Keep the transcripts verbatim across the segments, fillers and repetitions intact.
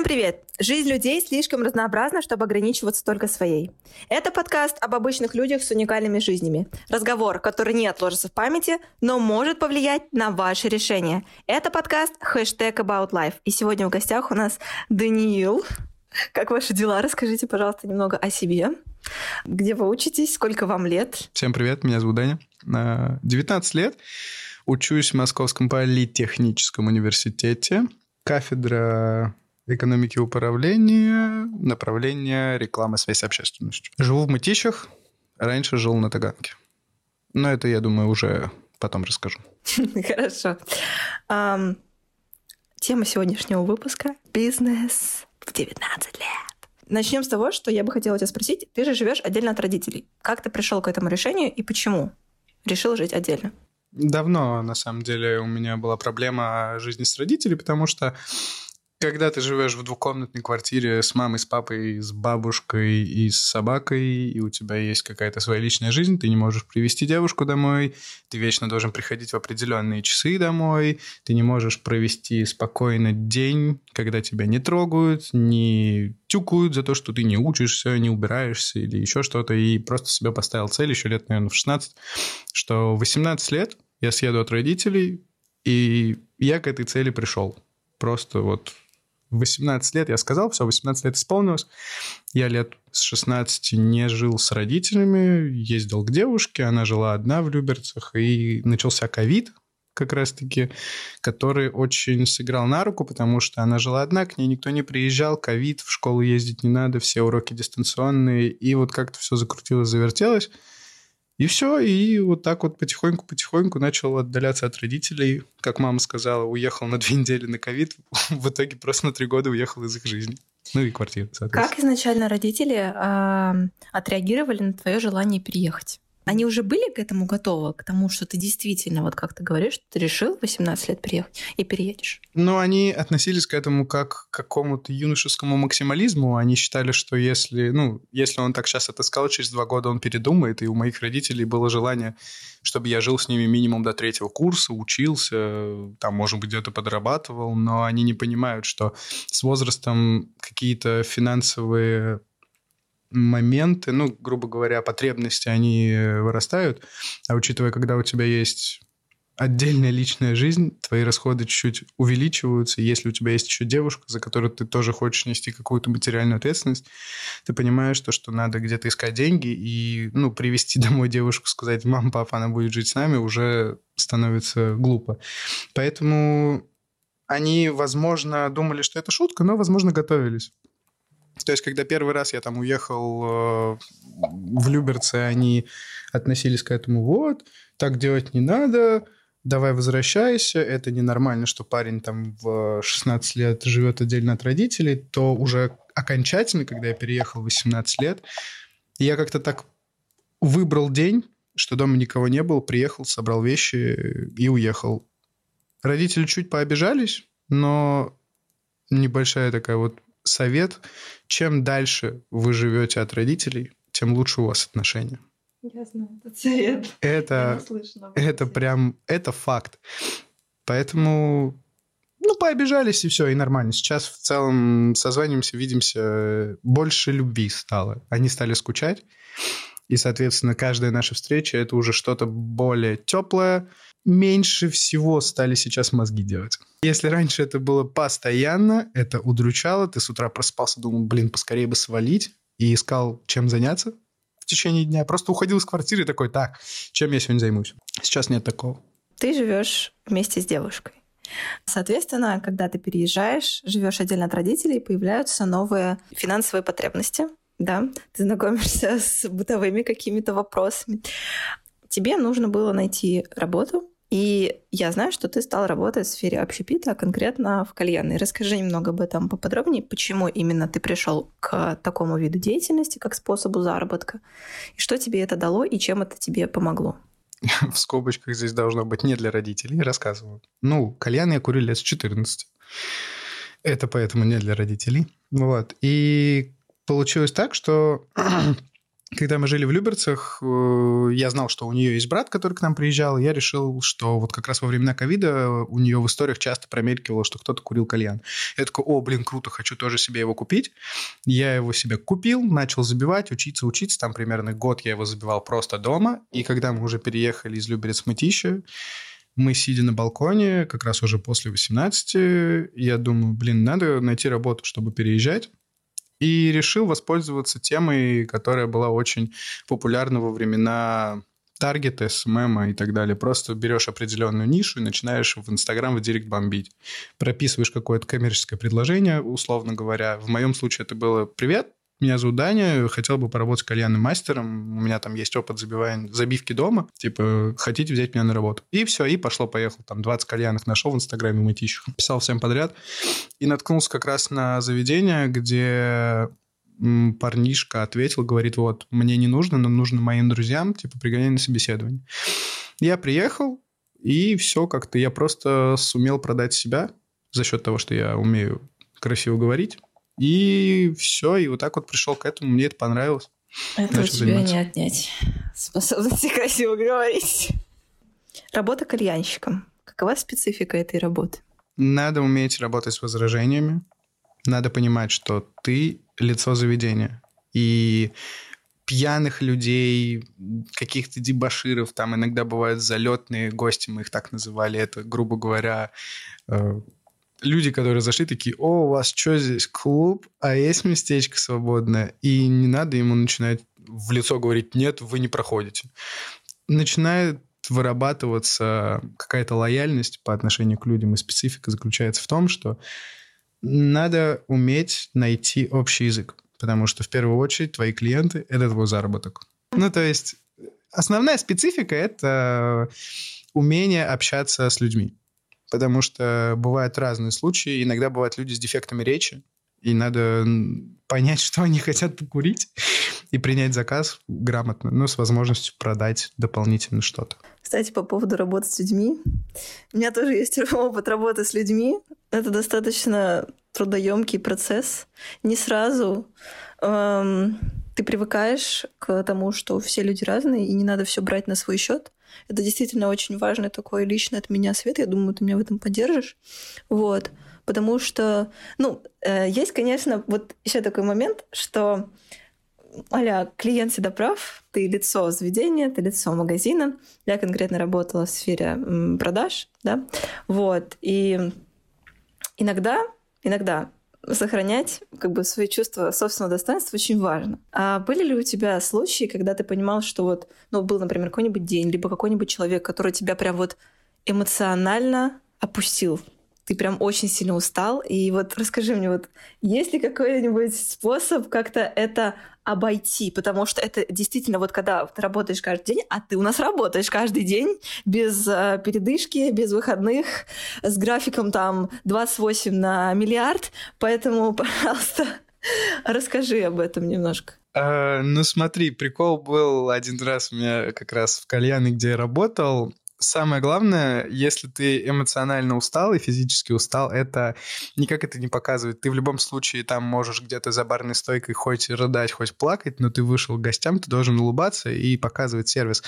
привет! Жизнь людей слишком разнообразна, чтобы ограничиваться только своей. Это подкаст об обычных людях с уникальными жизнями. Разговор, который не отложится в памяти, но может повлиять на ваши решения. Это подкаст хэштег About Life. И сегодня в гостях у нас Даниил. Как ваши дела? Расскажите, пожалуйста, немного о себе. Где вы учитесь? Сколько вам лет? Всем привет, меня зовут Даня. девятнадцать лет. Учусь в Московском политехническом университете. Кафедра экономики и управления, направление реклама, связь с общественностью. Живу в Мытищах, раньше жил на Таганке. Но это, я думаю, уже потом расскажу. Хорошо. Тема сегодняшнего выпуска – бизнес в девятнадцать лет. Начнем с того, что я бы хотела тебя спросить. Ты же живешь отдельно от родителей. Как ты пришел к этому решению и почему решил жить отдельно? Давно, на самом деле, у меня была проблема жизни с родителями, потому что когда ты живешь в двухкомнатной квартире с мамой, с папой, с бабушкой и с собакой, и у тебя есть какая-то своя личная жизнь, ты не можешь привезти девушку домой, ты вечно должен приходить в определенные часы домой, ты не можешь провести спокойно день, когда тебя не трогают, не тюкают за то, что ты не учишься, не убираешься или еще что-то, и просто себе поставил цель еще лет, наверное, в шестнадцать, что в восемнадцать лет я съеду от родителей, и я к этой цели пришел. Просто вот в восемнадцать лет я сказал, все, восемнадцать лет исполнилось. Я лет с шестнадцати не жил с родителями, ездил к девушке, она жила одна в Люберцах, и начался ковид как раз-таки, который очень сыграл на руку, потому что она жила одна, к ней никто не приезжал, ковид, в школу ездить не надо, все уроки дистанционные, и вот как-то все закрутилось, завертелось. И все, и вот так вот потихоньку-потихоньку начал отдаляться от родителей. Как мама сказала, уехал на две недели на ковид, в итоге просто на три года уехал из их жизни. Ну и квартиры, соответственно. Как изначально родители э, отреагировали на твое желание переехать? Они уже были к этому готовы, к тому, что ты действительно, вот как ты говоришь, ты решил в восемнадцать лет приехать и переедешь? Ну, они относились к этому как к какому-то юношескому максимализму. Они считали, что если, ну, если он так сейчас отыскал, через два года он передумает. И у моих родителей было желание, чтобы я жил с ними минимум до третьего курса, учился, там, может быть, где-то подрабатывал. Но они не понимают, что с возрастом какие-то финансовые моменты, ну, грубо говоря, потребности, они вырастают, а учитывая, когда у тебя есть отдельная личная жизнь, твои расходы чуть-чуть увеличиваются, и если у тебя есть еще девушка, за которую ты тоже хочешь нести какую-то материальную ответственность, ты понимаешь то, что надо где-то искать деньги, и, ну, привезти домой девушку, сказать, мама, папа, она будет жить с нами, уже становится глупо. Поэтому они, возможно, думали, что это шутка, но, возможно, готовились. То есть, когда первый раз я там уехал э, в Люберцы, они относились к этому, вот, так делать не надо, давай возвращайся, это ненормально, что парень там в шестнадцать лет живет отдельно от родителей, то уже окончательно, когда я переехал в восемнадцать лет, я как-то так выбрал день, что дома никого не было, приехал, собрал вещи и уехал. Родители чуть пообижались, но небольшая такая вот совет, чем дальше вы живете от родителей, тем лучше у вас отношения. Я знаю этот совет. Это, это прям, это факт. Поэтому, ну, пообижались, и все, и нормально. Сейчас в целом созваниваемся, видимся, больше любви стало. Они стали скучать, и, соответственно, каждая наша встреча – это уже что-то более теплое. Меньше всего стали сейчас мозги делать. Если раньше это было постоянно, это удручало, ты с утра просыпался, думал, блин, поскорее бы свалить, и искал, чем заняться в течение дня. Просто уходил из квартиры и такой, так, чем я сегодня займусь? Сейчас нет такого. Ты живешь вместе с девушкой. Соответственно, когда ты переезжаешь, живешь отдельно от родителей, появляются новые финансовые потребности. Да? Ты знакомишься с бытовыми какими-то вопросами. Тебе нужно было найти работу, и я знаю, что ты стал работать в сфере общепита, а конкретно в кальянной. Расскажи немного об этом поподробнее, почему именно ты пришел к такому виду деятельности, как способу заработка, и что тебе это дало, и чем это тебе помогло. В скобочках здесь должно быть не для родителей, рассказываю. Ну, кальян я курю лет с четырнадцати. Это поэтому не для родителей. Вот. И получилось так, что Когда мы жили в Люберцах, я знал, что у нее есть брат, который к нам приезжал, и я решил, что вот как раз во времена ковида у нее в историях часто промелькивало, что кто-то курил кальян. Я такой, о, блин, круто, хочу тоже себе его купить. Я его себе купил, начал забивать, учиться, учиться. Там примерно год я его забивал просто дома. И когда мы уже переехали из Люберец в Мытищи, мы, сидя на балконе, как раз уже после восемнадцати, я думаю, блин, надо найти работу, чтобы переезжать. И решил воспользоваться темой, которая была очень популярна во времена Таргета, эс эм эм и так далее. Просто берешь определенную нишу и начинаешь в Инстаграм, в Директ бомбить. Прописываешь какое-то коммерческое предложение, условно говоря. В моем случае это было «Привет, меня зовут Даня, хотел бы поработать кальянным мастером, у меня там есть опыт забивания, забивки дома, типа, хотите взять меня на работу?» И все, и пошло-поехало. Там двадцать кальянных нашел в Инстаграме, в Мытищах. Писал всем подряд. И наткнулся как раз на заведение, где парнишка ответил, говорит, вот, мне не нужно, но нужно моим друзьям, типа, пригоняй на собеседование. Я приехал, и все как-то, я просто сумел продать себя за счет того, что я умею красиво говорить. И все, и вот так вот пришел к этому, мне это понравилось. Это у тебя заниматься. Не отнять. Способности красиво говорить. Работа кальянщиком. Какова специфика этой работы? Надо уметь работать с возражениями. Надо понимать, что ты лицо заведения. И пьяных людей, каких-то дебоширов, там иногда бывают залетные гости, мы их так называли, это, грубо говоря, люди, которые зашли, такие, о, у вас что здесь, клуб, а есть местечко свободное? И не надо ему начинать в лицо говорить, нет, вы не проходите. Начинает вырабатываться какая-то лояльность по отношению к людям, и специфика заключается в том, что надо уметь найти общий язык, потому что в первую очередь твои клиенты – это твой заработок. Ну, то есть основная специфика – это умение общаться с людьми. Потому что бывают разные случаи. Иногда бывают люди с дефектами речи, и надо понять, что они хотят покурить, и принять заказ грамотно, но с возможностью продать дополнительно что-то. Кстати, по поводу работы с людьми. У меня тоже есть опыт работы с людьми. Это достаточно трудоемкий процесс. Не сразу эм, ты привыкаешь к тому, что все люди разные, и не надо все брать на свой счет. Это действительно очень важный такой личный от меня совет. Я думаю, ты меня в этом поддержишь. Вот. Потому что, ну, э, есть, конечно, вот еще такой момент, что а-ля клиент всегда прав, ты лицо заведения, ты лицо магазина. Я конкретно работала в сфере м, продаж, да, вот. И иногда, иногда сохранять как бы свои чувства собственного достоинства очень важно. А были ли у тебя случаи, когда ты понимал, что вот, ну, был, например, какой-нибудь день, либо какой-нибудь человек, который тебя прям вот эмоционально опустил? Ты прям очень сильно устал. И вот расскажи мне, вот есть ли какой-нибудь способ как-то это обойти? Потому что это действительно вот когда ты работаешь каждый день, а ты у нас работаешь каждый день без э, передышки, без выходных, с графиком там двадцать восемь на миллиард. Поэтому, пожалуйста, расскажи об этом немножко. А, ну смотри, прикол был один раз у меня как раз в кальяне, где я работал. Самое главное, если ты эмоционально устал и физически устал, это никак это не показывает. Ты в любом случае там можешь где-то за барной стойкой хоть рыдать, хоть плакать, но ты вышел к гостям, ты должен улыбаться и показывать сервис.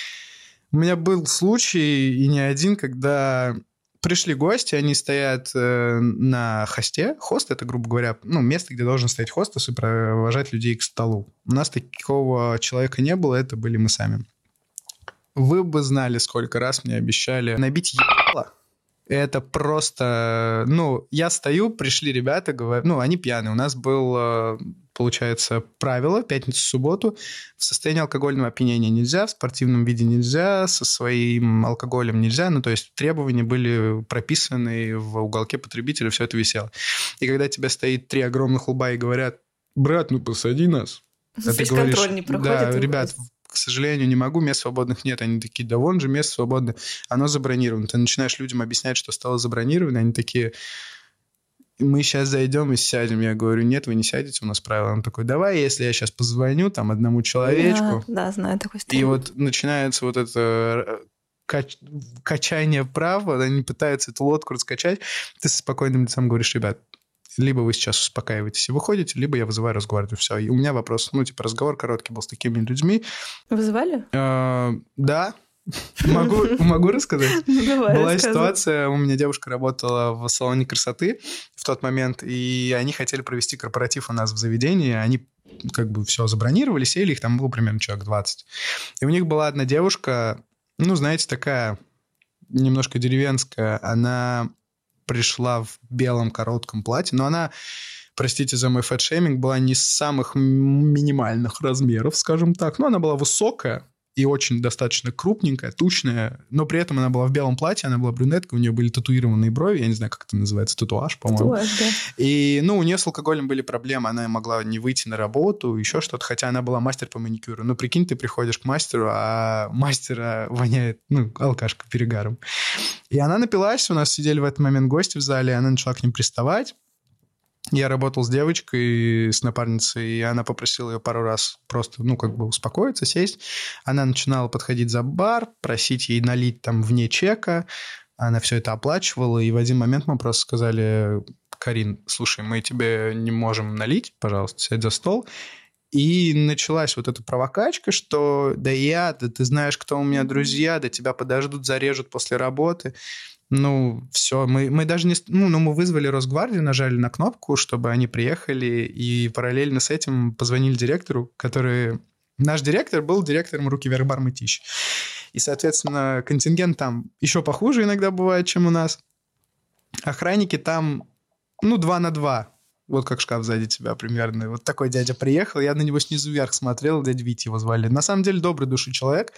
У меня был случай, и не один, когда пришли гости, они стоят э, на хосте. Хост — это, грубо говоря, ну, место, где должен стоять хостес и провожать людей к столу. У нас такого человека не было, это были мы сами. Вы бы знали, сколько раз мне обещали набить ебало. Это просто... Ну, я стою, пришли ребята, говорят... Ну, они пьяные. У нас было, получается, правило пятницу-субботу. В состоянии алкогольного опьянения нельзя, в спортивном виде нельзя, со своим алкоголем нельзя. Ну, то есть требования были прописаны в уголке потребителя, все это висело. И когда тебя стоит три огромных лба и говорят, брат, ну посади нас. А ты говоришь, контроль не проходит. Да, ребят... К сожалению, не могу, мест свободных нет. Они такие, да вон же место свободное, оно забронировано. Ты начинаешь людям объяснять, что стало забронировано, они такие, мы сейчас зайдем и сядем. Я говорю, нет, вы не сядете, у нас правила. Он такой, давай, если я сейчас позвоню там одному человечку. Да, да, знаю такой стиль. И вот начинается вот это кач... качание права, они пытаются эту лодку раскачать. Ты со спокойным лицом говоришь, ребят, либо вы сейчас успокаиваетесь и выходите, либо я вызываю Росгвардию. Все. И у меня вопрос, ну, типа, разговор короткий был с такими людьми. Вызывали? Э, да. Могу, могу рассказать? Давай, Была рассказывай. ситуация, у меня девушка работала в салоне красоты в тот момент, и они хотели провести корпоратив у нас в заведении, они как бы все забронировали, сели, их там было примерно человек двадцать. И у них была одна девушка, ну, знаете, такая немножко деревенская, она пришла в белом коротком платье, но она, простите за мой фэтшейминг, была не с самых минимальных размеров, скажем так, но она была высокая, и очень достаточно крупненькая, тучная, но при этом она была в белом платье, она была брюнеткой, у нее были татуированные брови, я не знаю, как это называется, татуаж, по-моему. Татуаж, да. И, ну, у нее с алкоголем были проблемы, она могла не выйти на работу, еще что-то, хотя она была мастер по маникюру. Ну, прикинь, ты приходишь к мастеру, а мастера воняет, ну, алкашка перегаром. И она напилась, у нас сидели в этот момент гости в зале, она начала к ним приставать. Я работал с девочкой, с напарницей, и она попросила ее пару раз просто, ну, как бы успокоиться, сесть. Она начинала подходить за бар, просить ей налить там вне чека. Она все это оплачивала, и в один момент мы просто сказали: Карин, слушай, мы тебе не можем налить, пожалуйста, сядь за стол. И началась вот эта провокачка, что да я, да ты знаешь, кто у меня друзья, да тебя подождут, зарежут после работы. Ну, все, мы, мы даже не... Ну, ну, мы вызвали Росгвардию, нажали на кнопку, чтобы они приехали, и параллельно с этим позвонили директору, который... Наш директор был директором «Руки вверх бар Мытищ». И, соответственно, контингент там еще похуже иногда бывает, чем у нас. Охранники там, ну, два на два. Вот как шкаф сзади тебя примерно. Вот такой дядя приехал, я на него снизу вверх смотрел, дядя Витя его звали. На самом деле добрый души человек.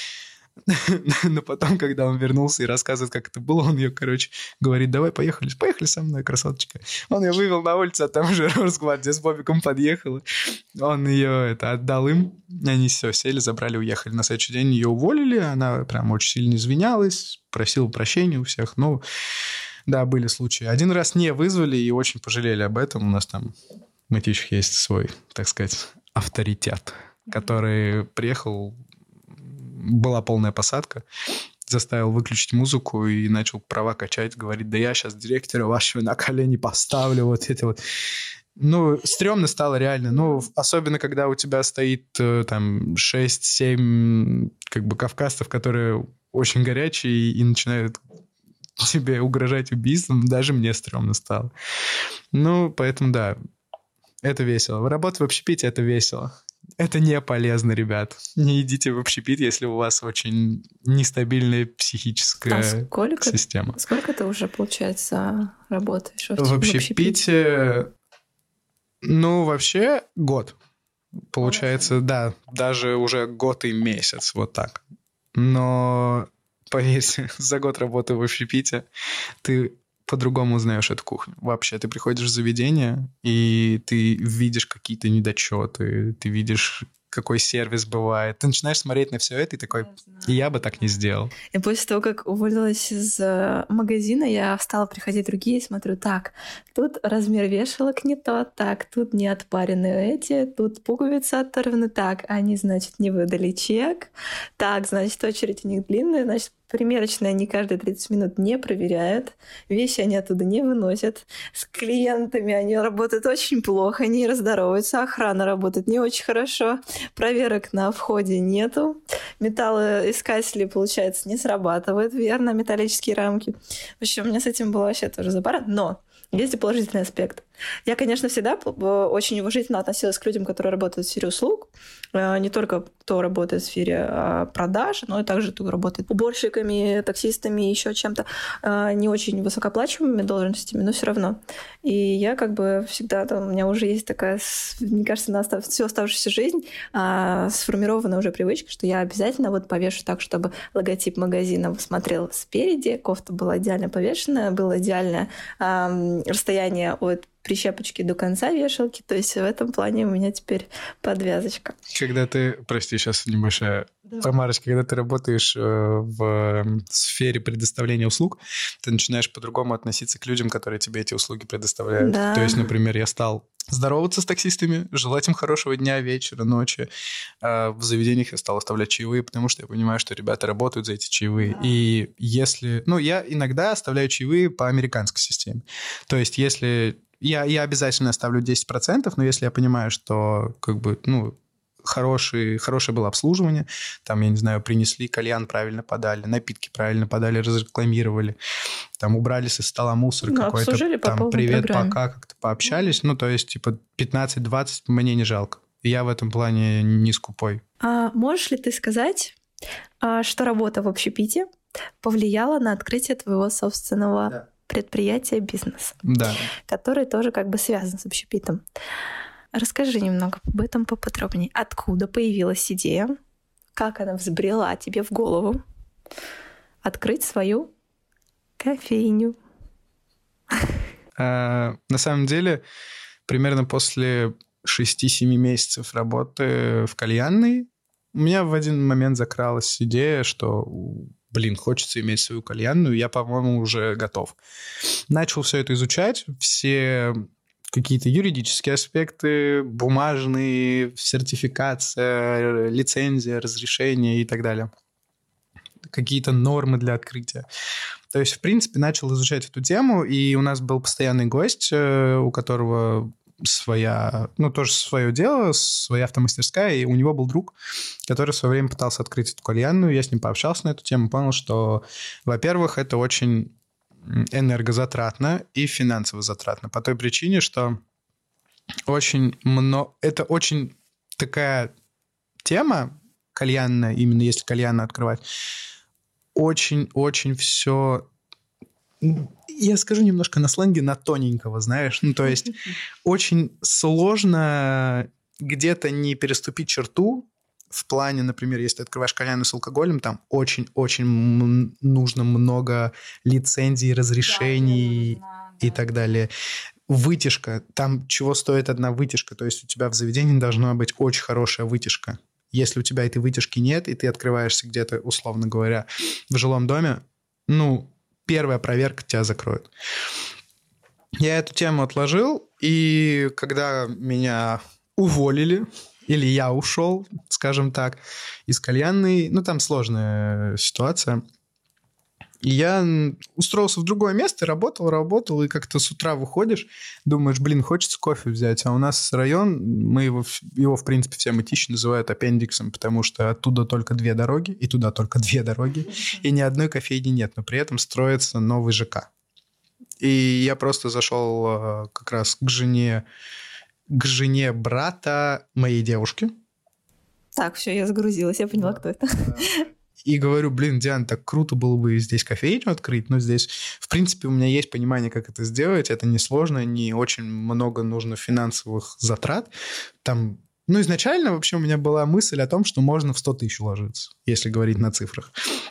Но потом, когда он вернулся и рассказывает, как это было, он ее, короче, говорит: давай, поехали, поехали со мной, красоточка. Он ее вывел на улицу, а там уже Росгвардия с Бобиком подъехала. Он ее это, отдал им, они все, сели, забрали, уехали. На следующий день ее уволили, она прям очень сильно извинялась, просила прощения у всех. Ну, да, были случаи. Один раз не вызвали и очень пожалели об этом. У нас там в Мытищах есть свой, так сказать, авторитет, который приехал... Была полная посадка, заставил выключить музыку и начал права качать, говорит: да я сейчас директора вашего на колени поставлю, вот эти вот. Ну, стрёмно стало реально. Ну, особенно, когда у тебя стоит там шесть-семь как бы кавказцев, которые очень горячие и начинают тебе угрожать убийством, даже мне стрёмно стало. Ну, поэтому да, это весело. Работать в общепите — это весело. Это не полезно, ребят. Не идите в общепит, если у вас очень нестабильная психическая а сколько, система. Сколько ты уже, получается, работаешь в, в общепите? В общепите, ну, вообще год. Получается, да, даже уже год и месяц, вот так. Но, поверьте, за год работы в общепите ты... по-другому узнаешь эту кухню. Вообще, ты приходишь в заведение, и ты видишь какие-то недочеты, ты видишь, какой сервис бывает. Ты начинаешь смотреть на все это и такой: и я бы так не сделал. И после того, как уволилась из магазина, я стала приходить другие и смотрю: так, тут размер вешалок не тот, так, тут не отпарены эти, тут пуговицы оторваны, так, они, значит, не выдали чек, так, значит, очередь у них длинная, значит, примерочные они каждые тридцать минут не проверяют, вещи они оттуда не выносят, с клиентами они работают очень плохо, не раздороваются, охрана работает не очень хорошо, проверок на входе нету, металлоискатели, получается, не срабатывают верно, металлические рамки. В общем, у меня с этим было вообще тоже запара, но есть и положительный аспект. Я, конечно, всегда очень уважительно относилась к людям, которые работают в сфере услуг. Не только кто работает в сфере продаж, но и также кто работает уборщиками, таксистами, еще чем-то. Не очень высокооплачиваемыми должностями, но все равно. И я как бы всегда... Там, у меня уже есть такая, мне кажется, на остав... всю оставшуюся жизнь сформированная уже привычка, что я обязательно вот повешу так, чтобы логотип магазина смотрел спереди, кофта была идеально повешенная, было идеальное расстояние от прищепочки до конца вешалки. То есть в этом плане у меня теперь подвязочка. Когда ты... Прости, сейчас небольшая помарочка. Когда ты работаешь в сфере предоставления услуг, ты начинаешь по-другому относиться к людям, которые тебе эти услуги предоставляют. Да. То есть, например, я стал здороваться с таксистами, желать им хорошего дня, вечера, ночи. В заведениях я стал оставлять чаевые, потому что я понимаю, что ребята работают за эти чаевые. Да. И если... Ну, я иногда оставляю чаевые по американской системе. То есть, если... я, я обязательно оставлю десять процентов, но если я понимаю, что как бы, ну, хороший, хорошее было обслуживание, там, я не знаю, принесли, кальян правильно подали, напитки правильно подали, разрекламировали, там, убрали со стола мусор ну, какой-то, по там, привет, программе. пока, как-то пообщались, ну, то есть, типа, пятнадцать-двадцать мне не жалко. Я в этом плане не скупой. А можешь ли ты сказать, что работа в общепите повлияла на открытие твоего собственного да. предприятия, бизнеса, да. который тоже как бы связан с общепитом? Расскажи немного об этом поподробнее. Откуда появилась идея? Как она взбрела тебе в голову открыть свою кофейню? На самом деле, примерно после шести-семи месяцев работы в кальянной у меня в один момент закралась идея, что, блин, хочется иметь свою кальянную, я, по-моему, уже готов. Начал все это изучать, все какие-то юридические аспекты, бумажные, сертификация, лицензия, разрешение и так далее. Какие-то нормы для открытия. То есть, в принципе, начал изучать эту тему, и у нас был постоянный гость, у которого своя, ну, тоже свое дело, своя автомастерская, и у него был друг, который в свое время пытался открыть эту кальянную, я с ним пообщался на эту тему, понял, что, во-первых, это очень энергозатратно и финансово затратно, по той причине, что очень много, это очень такая тема кальянная, именно если кальянную открывать, очень-очень все... Я скажу немножко на сленге, на тоненького, знаешь. Ну, то есть очень сложно где-то не переступить черту в плане, например, если ты открываешь кальянную с алкоголем, там очень-очень м- нужно много лицензий, разрешений да, и так далее. Вытяжка. Там чего стоит одна вытяжка? То есть у тебя в заведении должна быть очень хорошая вытяжка. Если у тебя этой вытяжки нет, и ты открываешься где-то, условно говоря, в жилом доме, ну... первая проверка тебя закроет. Я эту тему отложил, и когда меня уволили, или я ушел, скажем так, из кальянной, ну, там сложная ситуация, и я устроился в другое место, работал, работал, и как-то с утра выходишь, думаешь, блин, хочется кофе взять, а у нас район, мы его, его в принципе, все мытищи называют аппендиксом, потому что оттуда только две дороги, и туда только две дороги, и ни одной кофейни нет, но при этом строится новый ЖК. И я просто зашел как раз к жене, к жене брата моей девушки. Так, все, я загрузилась, я поняла, да, кто это. И говорю, блин, Диана, так круто было бы здесь кофейню открыть, но здесь, в принципе, у меня есть понимание, как это сделать, это несложно, не очень много нужно финансовых затрат. Там, ну, изначально вообще у меня была мысль о том, что можно в сто тысяч уложиться, если говорить на цифрах.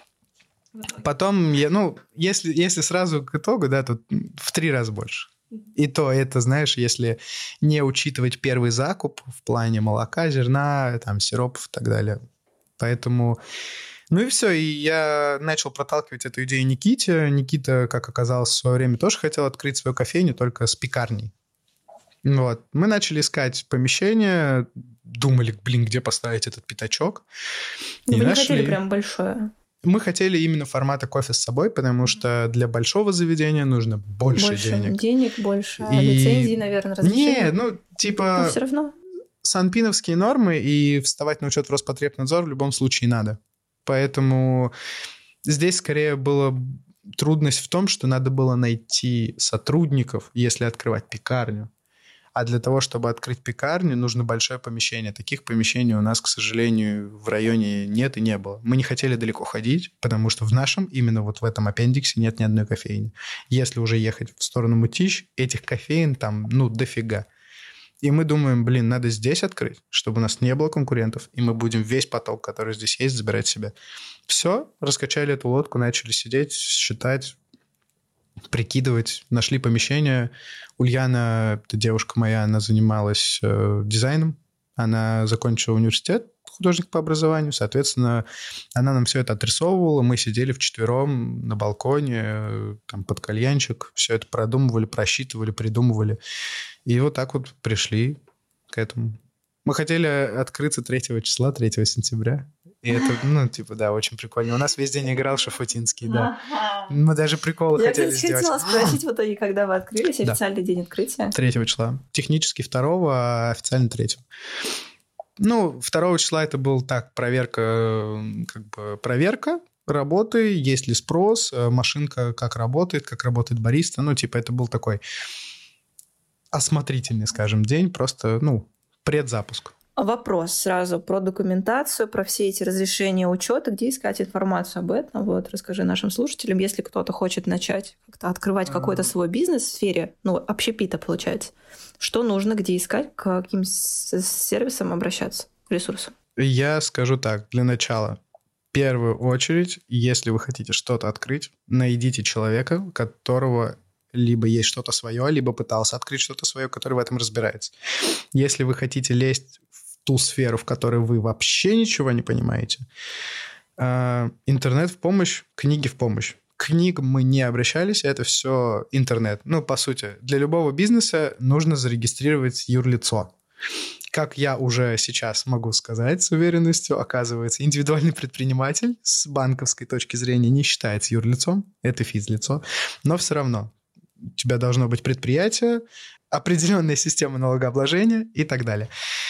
Потом, я, ну, если, если сразу к итогу, да, то в три раза больше. И то это, знаешь, если не учитывать первый закуп в плане молока, зерна, там, сиропов и так далее. Поэтому... Ну и все, и я начал проталкивать эту идею Никите. Никита, как оказалось, в свое время тоже хотел открыть свою кофейню, только с пекарней. Вот. Мы начали искать помещение, думали, блин, где поставить этот пятачок. Вы не нашли... хотели прям большое? Мы хотели именно формата кофе с собой, потому что для большого заведения нужно больше, больше денег. Больше денег, больше и... лицензий, наверное, разрешений. Не, ну, типа... Но все равно. Санпиновские нормы, и вставать на учет в Роспотребнадзор в любом случае надо. Поэтому здесь скорее была трудность в том, что надо было найти сотрудников, если открывать пекарню. А для того, чтобы открыть пекарню, нужно большое помещение. Таких помещений у нас, к сожалению, в районе нет и не было. Мы не хотели далеко ходить, потому что в нашем, именно вот в этом аппендиксе, нет ни одной кофейни. Если уже ехать в сторону Мытищ, этих кофеин там, ну, дофига. И мы думаем, блин, надо здесь открыть, чтобы у нас не было конкурентов, и мы будем весь поток, который здесь есть, забирать себе. Все, раскачали эту лодку, начали сидеть, считать, прикидывать, нашли помещение. Ульяна, это девушка моя, она занималась э, дизайном, она закончила университет, художник по образованию, соответственно, она нам все это отрисовывала, мы сидели вчетвером на балконе, там, под кальянчик, все это продумывали, просчитывали, придумывали. И вот так вот пришли к этому. Мы хотели открыться третьего числа, третьего сентября, И это, ну, типа, да, очень прикольно. У нас весь день играл Шафутинский, да. Мы даже приколы Я, хотели кстати, сделать. хотела спросить в итоге, когда вы открылись, Да. официальный день открытия? Третьего числа. Технически второго, а официально третьего. Ну, второго числа это был так, проверка, как бы проверка работы, есть ли спрос, машинка как работает, как работает бариста. Ну, типа, это был такой осмотрительный, скажем, день, просто, ну, предзапуск. Вопрос сразу про документацию, про все эти разрешения учета, где искать информацию об этом. Вот, расскажи нашим слушателям, если кто-то хочет начать как-то открывать А-а-а. какой-то свой бизнес в сфере, ну, общепита, получается. Что нужно, где искать, к каким сервисам обращаться, ресурсам? Я скажу так, для начала. В первую очередь, если вы хотите что-то открыть, найдите человека, у которого либо есть что-то свое, либо пытался открыть что-то свое, который в этом разбирается. Если вы хотите лезть в ту сферу, в которой вы вообще ничего не понимаете, интернет в помощь, книги в помощь. К книгам мы не обращались, это все интернет. Ну, по сути, для любого бизнеса нужно зарегистрировать юрлицо. Как я уже сейчас могу сказать с уверенностью, оказывается, индивидуальный предприниматель с банковской точки зрения не считается юрлицом, это физлицо, но все равно у тебя должно быть предприятие, определенная система налогообложения и так далее.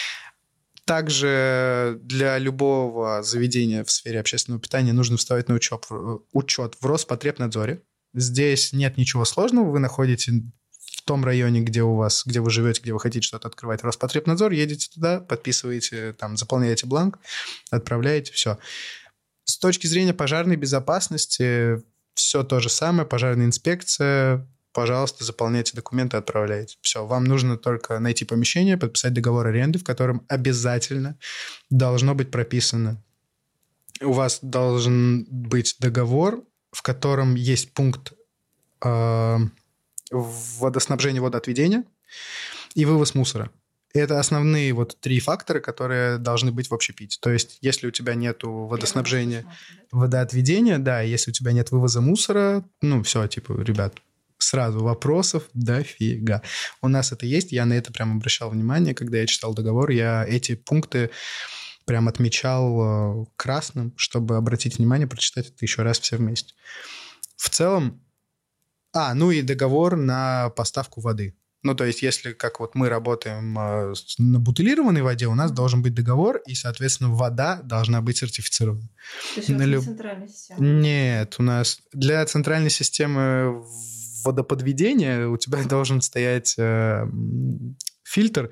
Также для любого заведения в сфере общественного питания нужно вставить на учет, учет в Роспотребнадзоре. Здесь нет ничего сложного, вы находите в том районе, где у вас, где вы живете, где вы хотите что-то открывать, Роспотребнадзор, едете туда, подписываете, там, заполняете бланк, отправляете, все. С точки зрения пожарной безопасности все то же самое, пожарная инспекция, пожалуйста, заполняйте документы, отправляйте. Все, вам нужно только найти помещение, подписать договор аренды, в котором обязательно должно быть прописано. У вас должен быть договор, в котором есть пункт э, водоснабжения, водоотведения и вывоз мусора. Это основные вот три фактора, которые должны быть в общепите. То есть, если у тебя нет водоснабжения, водоотведения, да, если у тебя нет вывоза мусора, ну, все, типа, ребят, сразу вопросов дофига. У нас это есть, я на это прям обращал внимание, когда я читал договор, я эти пункты прям отмечал красным, чтобы обратить внимание, прочитать это еще раз все вместе. В целом, а, ну и договор на поставку воды. Ну, то есть, если, как вот мы работаем на бутилированной воде, у нас должен быть договор, и, соответственно, вода должна быть сертифицирована. То есть у вас люб... не центральная система? Нет, у нас для центральной системы водоподведения у тебя должен стоять э, фильтр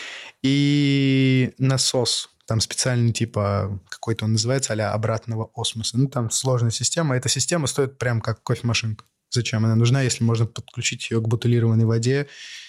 и насос. Там специальный типа, какой-то он называется, а-ля обратного осмоса. Ну, там сложная система. Эта система стоит прям как кофемашинка. Зачем она нужна, если можно подключить ее к бутилированной воде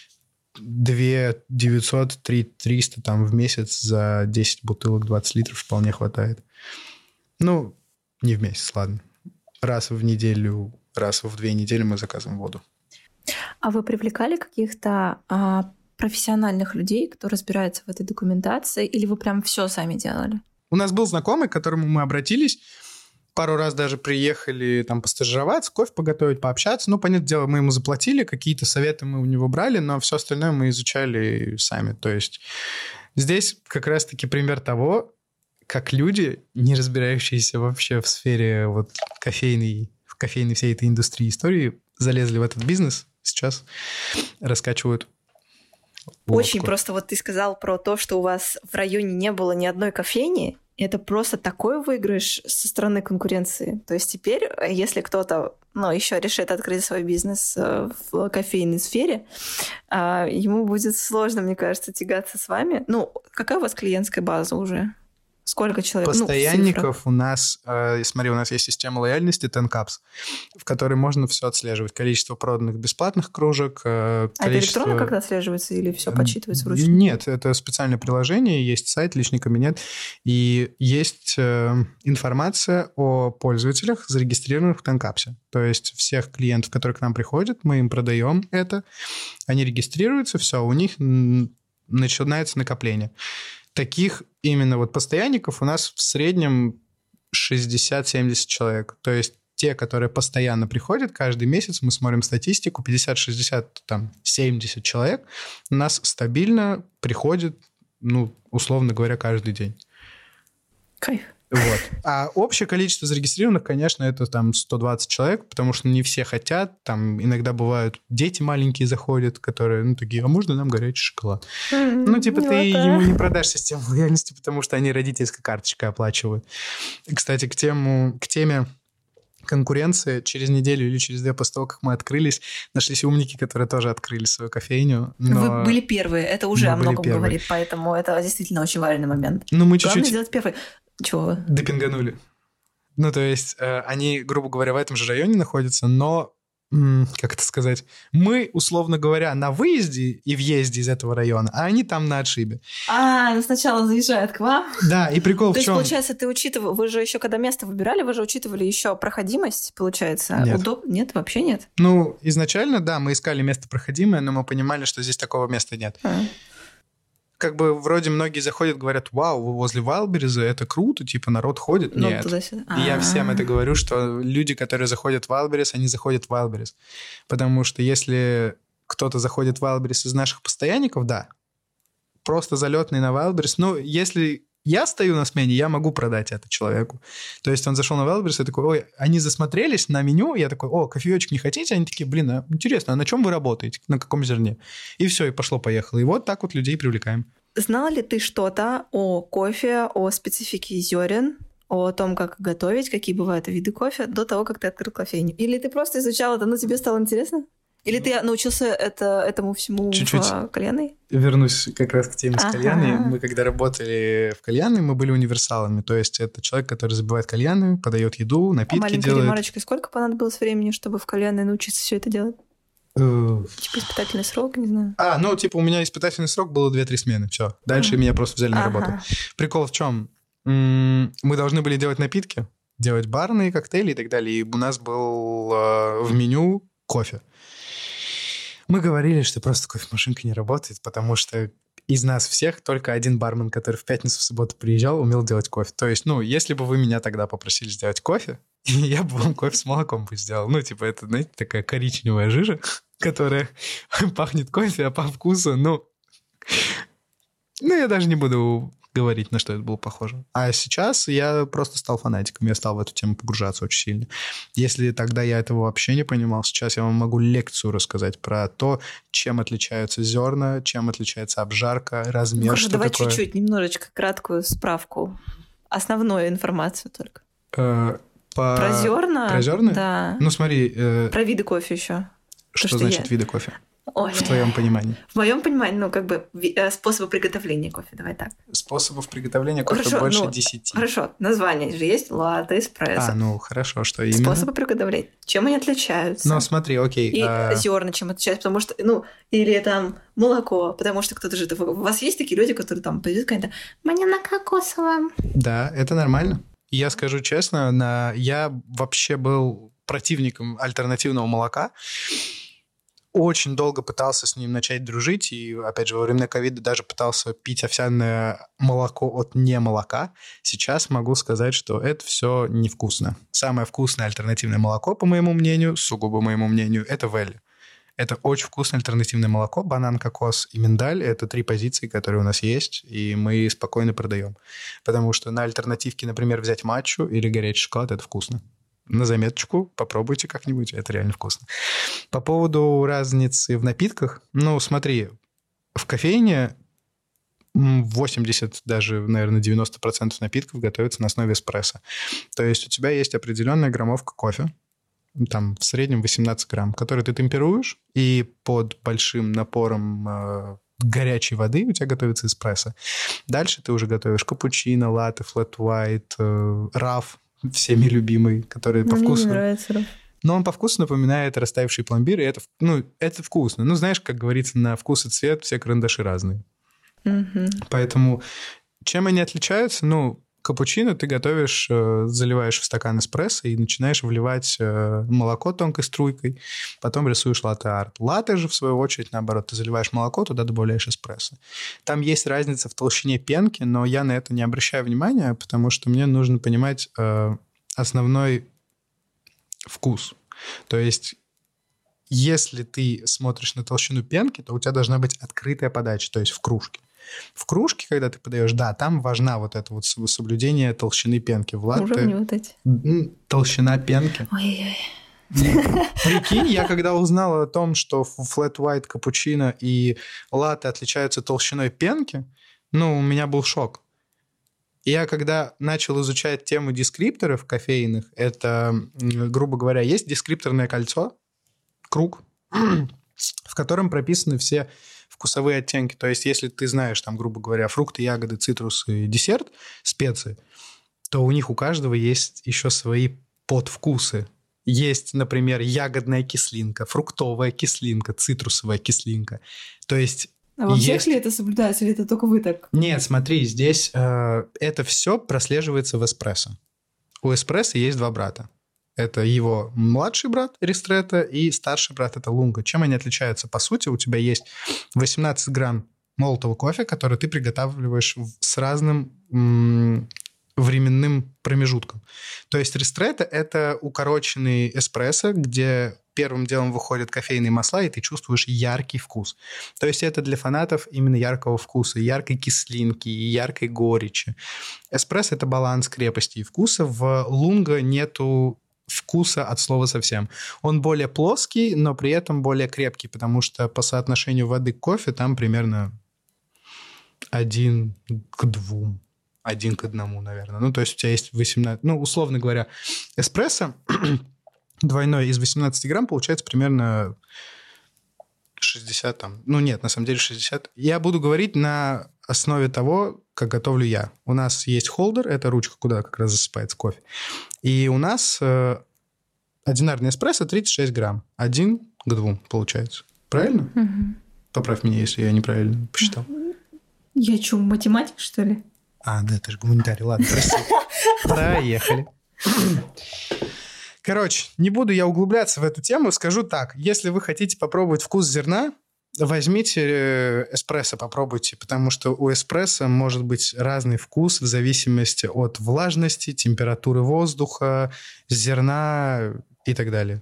две тысячи девятьсот, три тысячи триста там в месяц за десять бутылок двадцать литров вполне хватает. Ну, не в месяц, ладно. Раз в неделю, раз в две недели мы заказываем воду. А вы привлекали каких-то а, профессиональных людей, кто разбирается в этой документации, или вы прям все сами делали? У нас был знакомый, к которому мы обратились. Пару раз даже приехали там постажироваться, кофе поготовить, пообщаться. Ну, понятное дело, мы ему заплатили, какие-то советы мы у него брали, но все остальное мы изучали сами. То есть здесь как раз-таки пример того, как люди, не разбирающиеся вообще в сфере вот кофейной, в кофейной всей этой индустрии истории, залезли в этот бизнес, сейчас раскачивают лодку. Очень просто вот ты сказал про то, что у вас в районе не было ни одной кофейни. Это просто такой выигрыш со стороны конкуренции. То есть теперь, если кто-то, ну, еще решит открыть свой бизнес в кофейной сфере, ему будет сложно, мне кажется, тягаться с вами. Ну, какая у вас клиентская база уже? Сколько человек? Постоянников ну, у нас, э, смотри, у нас есть система лояльности Tencaps, в которой можно все отслеживать. Количество проданных бесплатных кружек. Э, количество... А это электронно как-то отслеживается или все подсчитывается вручную? Нет, это специальное приложение, есть сайт, личный кабинет, и есть э, информация о пользователях, зарегистрированных в Tencaps. То есть всех клиентов, которые к нам приходят, мы им продаем это, они регистрируются, все, у них начинается накопление. Таких именно вот постоянников у нас в среднем шестьдесят-семьдесят человек. То есть те, которые постоянно приходят каждый месяц, мы смотрим статистику, пятьдесят-шестьдесят, там, семьдесят человек у нас стабильно приходит, ну, условно говоря, каждый день. Кайф. Вот. А общее количество зарегистрированных, конечно, это там сто двадцать человек, потому что не все хотят. Там иногда бывают дети маленькие заходят, которые, ну, такие, а можно нам горячий шоколад? Mm, ну, типа, ты ему не продашь систему лояльности, потому что они родительской карточкой оплачивают. Кстати, к, тему, к теме конкуренции через неделю или через две после того, как мы открылись, нашлись умники, которые тоже открыли свою кофейню. Но... Вы были первые, это уже мы о многом говорит, поэтому это действительно очень важный момент. Ну, мы Главное чуть-чуть... сделать первый. Чего вы? Допинганули. Ну, то есть э, они, грубо говоря, в этом же районе находятся, но, м- как это сказать, мы, условно говоря, на выезде и въезде из этого района, а они там на отшибе. А, ну сначала заезжают к вам. Да, и прикол то в чем? То есть, получается, ты учитывал, вы же еще, когда место выбирали, вы же учитывали еще проходимость, получается? Нет. Удоб... Нет, вообще нет? Ну, изначально, да, мы искали место проходимое, но мы понимали, что здесь такого места нет. А. Как бы вроде многие заходят, говорят, вау, вы возле Вайлдберриза, это круто, типа народ ходит. Ну, нет. туда-сюда. И я всем это говорю, что люди, которые заходят в Вайлдберриз, они заходят в Вайлдберриз. Потому что если кто-то заходит в Вайлдберриз из наших постоянников, да, просто залетный на Вайлдберриз. Ну, если я стою на смене, я могу продать это человеку. То есть он зашел на Вайлдберриз и такой, ой, они засмотрелись на меню, я такой, о, кофеечек не хотите? Они такие, блин, а интересно, а на чем вы работаете? На каком зерне? И все, и пошло-поехало. И вот так вот людей привлекаем. Знал ли ты что-то о кофе, о специфике зерен, о том, как готовить, какие бывают виды кофе, до того, как ты открыл кофейню? Или ты просто изучал это, но тебе стало интересно? Или ты научился это, этому всему Чуть-чуть в кальянной? Вернусь как раз к теме с Ага. кальянной. Мы когда работали в кальянной, мы были универсалами. То есть это человек, который забивает кальяны, подает еду, напитки а маленькой делает. ремарочкой, сколько понадобилось времени, чтобы в кальянной научиться все это делать? Типа испытательный срок, не знаю. А, ну, типа, у меня испытательный срок было две-три смены, все. Дальше ага. меня просто взяли на ага. работу. Прикол в чем? Мы должны были делать напитки, делать барные коктейли и так далее. И у нас был э, в меню кофе. Мы говорили, что просто кофемашинка не работает, потому что из нас всех только один бармен, который в пятницу, в субботу приезжал, умел делать кофе. То есть, ну, если бы вы меня тогда попросили сделать кофе, я бы вам кофе с молоком бы сделал. Ну, типа, это, знаете, такая коричневая жижа, которая пахнет кофе, а по вкусу, ну... Ну, я даже не буду говорить, на что это было похоже. А сейчас я просто стал фанатиком, я стал в эту тему погружаться очень сильно. Если тогда я этого вообще не понимал, сейчас я вам могу лекцию рассказать про то, чем отличаются зерна, чем отличается обжарка, размер, ну, хорошо, что давай такое. чуть-чуть, немножечко краткую справку. Основную информацию только. Э, по... Про зерна? Про зерна? Да. Ну, смотри... Э... Про виды кофе еще. Что, что значит я... виды кофе? Ой. В твоем понимании? В моем понимании, ну, как бы способы приготовления кофе, давай так. Способов приготовления кофе хорошо, больше ну, десяти. Хорошо, название же есть, латте, эспрессо. А, ну, хорошо, что именно? Способы приготовления. Чем они отличаются? Ну, смотри, окей. И а... зерна чем отличаются, потому что, ну, или там молоко, потому что кто-то же... У вас есть такие люди, которые там пойдут какая-то «мне на кокосовом». Да, это нормально. Я скажу честно, на... я вообще был противником альтернативного молока. Очень долго пытался с ним начать дружить, и, опять же, во время ковида даже пытался пить овсяное молоко от не молока. Сейчас могу сказать, что это все невкусно. Самое вкусное альтернативное молоко, по моему мнению, сугубо моему мнению, это Велли. Это очень вкусное альтернативное молоко, банан, кокос и миндаль. Это три позиции, которые у нас есть, и мы спокойно продаем. Потому что на альтернативке, например, взять матчу или горячий шоколад – это вкусно. На заметочку, попробуйте как-нибудь, это реально вкусно. По поводу разницы в напитках, ну, смотри, в кофейне восемьдесят, даже, наверное, девяносто процентов напитков готовятся на основе эспрессо. То есть у тебя есть определенная граммовка кофе, там в среднем восемнадцать грамм, который ты темперуешь, и под большим напором э, горячей воды у тебя готовится эспрессо. Дальше ты уже готовишь капучино, латте, флэт уайт, э, раф, всеми любимый, который ну, по вкусу... Мне не нравится раф. Но он по вкусу напоминает растаявший пломбир, и это, ну, это вкусно. Ну, знаешь, как говорится, на вкус и цвет все карандаши разные. Mm-hmm. Поэтому чем они отличаются? Ну, капучино ты готовишь, э, заливаешь в стакан эспрессо и начинаешь вливать э, молоко тонкой струйкой, потом рисуешь латте-арт. Латте же, в свою очередь, наоборот, ты заливаешь молоко, туда добавляешь эспрессо. Там есть разница в толщине пенки, но я на это не обращаю внимания, потому что мне нужно понимать э, основной вкус. То есть если ты смотришь на толщину пенки, то у тебя должна быть открытая подача, то есть в кружке. В кружке, когда ты подаешь, да, там важна вот это вот соблюдение толщины пенки. В латте... Уровни вот эти. Толщина пенки. Ой-ой. Прикинь, я когда узнал о том, что flat white капучино и латте отличаются толщиной пенки, ну, у меня был шок. Я когда начал изучать тему дескрипторов кофейных, это, грубо говоря, есть дескрипторное кольцо, круг, в котором прописаны все вкусовые оттенки. То есть, если ты знаешь, там, грубо говоря, фрукты, ягоды, цитрусы, десерт, специи, то у них у каждого есть еще свои подвкусы. Есть, например, ягодная кислинка, фруктовая кислинка, цитрусовая кислинка. То есть... А во всех есть... ли это соблюдается, или это только вы так? Нет, смотри, здесь э, это все прослеживается в эспрессо. У эспрессо есть два брата. Это его младший брат Ристретто и старший брат это Лунга. Чем они отличаются? По сути, у тебя есть восемнадцать грамм молотого кофе, который ты приготавливаешь с разным м- временным промежутком. То есть Ристретто – это укороченный эспрессо, где первым делом выходят кофейные масла, и ты чувствуешь яркий вкус. То есть это для фанатов именно яркого вкуса, яркой кислинки и яркой горечи. Эспрессо – это баланс крепости и вкуса. В Лунга нету вкуса от слова совсем. Он более плоский, но при этом более крепкий, потому что по соотношению воды к кофе там примерно один к двум. Один к одному, наверное. Ну, то есть у тебя есть восемнадцать... Ну, условно говоря, эспрессо двойной из восемнадцати грамм получается примерно шестьдесят там. Ну, нет, на самом деле шестьдесят. Я буду говорить на основе того, как готовлю я. У нас есть холдер, это ручка, куда как раз засыпается кофе. И у нас э, одинарный эспрессо тридцать шесть грамм. Один к двум получается. Правильно? Угу. Поправь меня, если я неправильно посчитал. Я что, математик, что ли? А, да, ты же гуманитарий. Ладно, прости. Проехали. Короче, не буду я углубляться в эту тему. Скажу так. Если вы хотите попробовать вкус зерна, возьмите эспрессо, попробуйте, потому что у эспрессо может быть разный вкус в зависимости от влажности, температуры воздуха, зерна и так далее.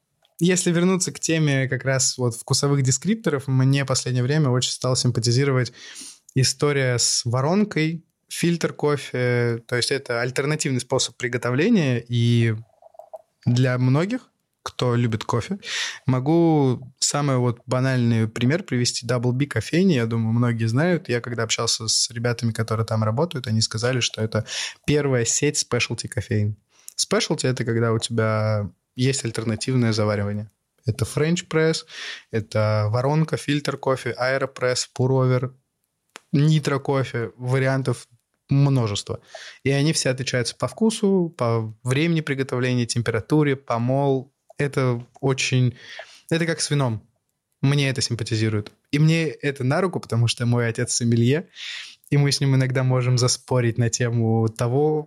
Если вернуться к теме как раз вот вкусовых дескрипторов, мне в последнее время очень стала симпатизировать история с воронкой, фильтр кофе. То есть это альтернативный способ приготовления, и для многих, кто любит кофе, могу самый вот банальный пример привести. Дабл Би кофейни, я думаю, многие знают. Я когда общался с ребятами, которые там работают, они сказали, что это первая сеть спешлти кофеин. Спешлти – это когда у тебя есть альтернативное заваривание. Это френч пресс, это воронка, фильтр кофе, аэропресс, пуровер, нитро кофе, вариантов множество. И они все отличаются по вкусу, по времени приготовления, температуре, помол. Это очень... Это как с вином. Мне это симпатизирует. И мне это на руку, потому что мой отец сомелье, и мы с ним иногда можем заспорить на тему того,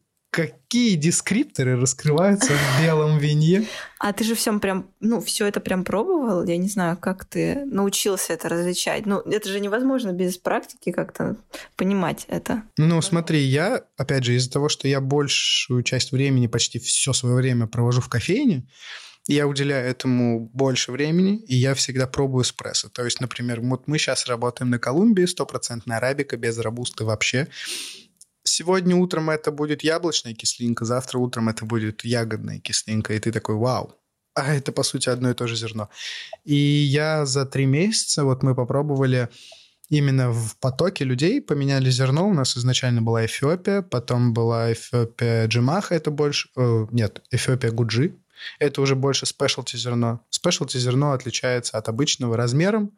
какие дескрипторы раскрываются в белом вине. А ты же всем прям, ну, все это прям пробовал? Я не знаю, как ты научился это различать. Ну, это же невозможно без практики как-то понимать это. Ну, смотри, я, опять же, из-за того, что я большую часть времени, почти все свое время провожу в кофейне, я уделяю этому больше времени, и я всегда пробую эспрессо. То есть, например, вот мы сейчас работаем на Колумбии, стопроцентная арабика, без робусты вообще. Сегодня утром это будет яблочная кислинка, завтра утром это будет ягодная кислинка, и ты такой, вау. А это, по сути, одно и то же зерно. И я за три месяца, вот мы попробовали именно в потоке людей, поменяли зерно. У нас изначально была Эфиопия, потом была Эфиопия Джимаха, это больше... Э, нет, Эфиопия Гуджи. Это уже больше спешлти зерно. Спешлти зерно отличается от обычного размером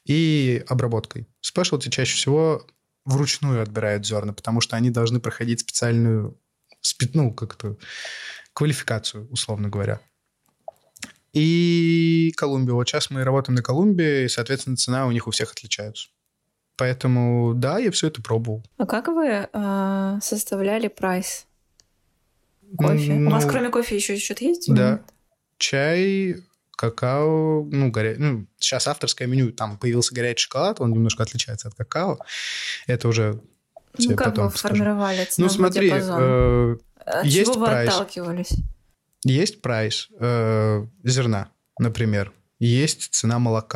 и обработкой. Спешлти чаще всего вручную отбирают зерна, потому что они должны проходить специальную, ну, как-то квалификацию, условно говоря. И Колумбия. Вот сейчас мы работаем на Колумбии, и, соответственно, цена у них у всех отличается. Поэтому, да, я все это пробовал. А как вы э, составляли прайс кофе? Ну, у вас кроме кофе еще что-то есть? Да. Нет? Чай, какао, ну, горя... ну, сейчас авторское меню, там появился горячий шоколад, он немножко отличается от какао. Это уже Ну, как потом вы скажу. формировали ценовой Ну, смотри, диапазон? э, От есть чего вы прайс. отталкивались? Есть прайс э, зерна, например. Есть цена молока.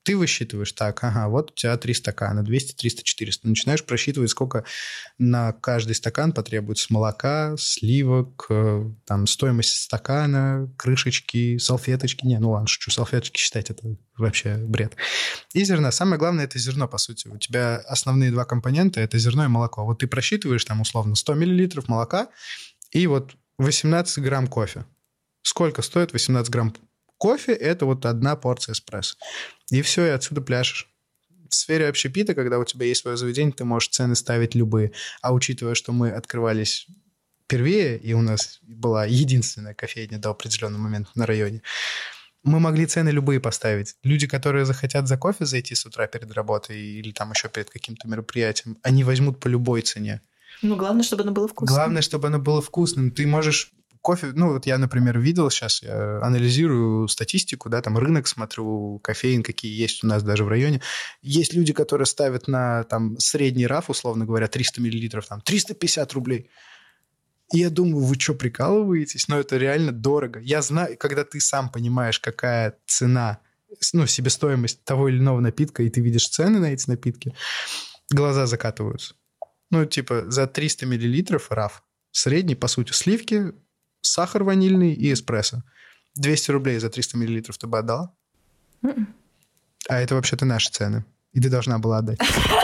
ты высчитываешь, так, ага, вот у тебя три стакана, двести, триста, четыреста. Начинаешь просчитывать, сколько на каждый стакан потребуется молока, сливок, там, стоимость стакана, крышечки, салфеточки. Не, ну ладно, шучу, салфеточки считать, это вообще бред. И зерна. Самое главное – это зерно, по сути. У тебя основные два компонента – это зерно и молоко. Вот ты просчитываешь там условно сто миллилитров молока и вот восемнадцать грамм кофе. Сколько стоит восемнадцать грамм кофе? Это вот одна порция эспрессо. И все, и отсюда пляшешь. В сфере общепита, когда у тебя есть свое заведение, ты можешь цены ставить любые. А учитывая, что мы открывались первее, и у нас была единственная кофейня до определенного момента на районе, мы могли цены любые поставить. Люди, которые захотят за кофе зайти с утра перед работой или там еще перед каким-то мероприятием, они возьмут по любой цене. Ну, главное, чтобы оно было вкусным. Главное, чтобы оно было вкусным. Ты можешь... Кофе, ну вот я, например, видел сейчас, я анализирую статистику, да, там рынок смотрю, кофеин, какие есть у нас даже в районе. Есть люди, которые ставят на там средний раф, условно говоря, триста миллилитров, там триста пятьдесят рублей. И я думаю, вы что, прикалываетесь? Но это реально дорого. Я знаю, когда ты сам понимаешь, какая цена, ну, себестоимость того или иного напитка, и ты видишь цены на эти напитки, глаза закатываются. Ну, типа, за триста миллилитров раф, средний, по сути, сливки, сахар ванильный и эспрессо. двести рублей за триста миллилитров ты бы отдала? Mm-mm. А это вообще-то наши цены. И ты должна была отдать.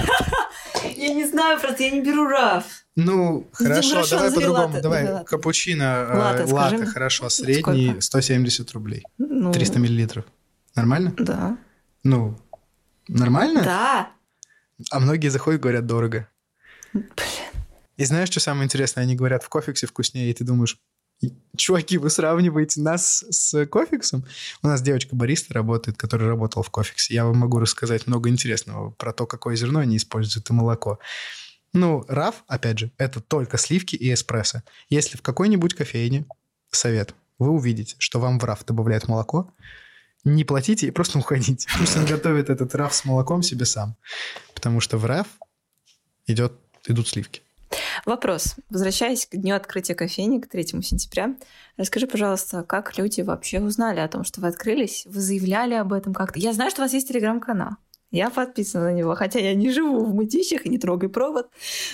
Я не знаю, просто я не беру раф. Ну, хорошо, давай по-другому. Давай, капучино, латте, хорошо, средний сто семьдесят рублей. триста миллилитров. Нормально? Да. Ну, нормально? Да. А многие заходят и говорят, дорого. Блин. И знаешь, что самое интересное? Они говорят, в Кофиксе вкуснее, и ты думаешь... Чуваки, вы сравниваете нас с Кофиксом? У нас девочка-бариста работает, которая работала в Кофиксе. Я вам могу рассказать много интересного про то, какое зерно они используют и молоко. Ну, раф, опять же, это только сливки и эспрессо. Если в какой-нибудь кофейне, совет, вы увидите, что вам в раф добавляют молоко, не платите и просто уходите. Пусть он готовит этот раф с молоком себе сам. Потому что в раф идет, идут сливки. Вопрос. Возвращаясь к дню открытия кофейни, к третьему сентября, расскажи, пожалуйста, как люди вообще узнали о том, что вы открылись? Вы заявляли об этом как-то? Я знаю, что у вас есть телеграм-канал. Я подписана на него, хотя я не живу в Мытищах и не трогай провод.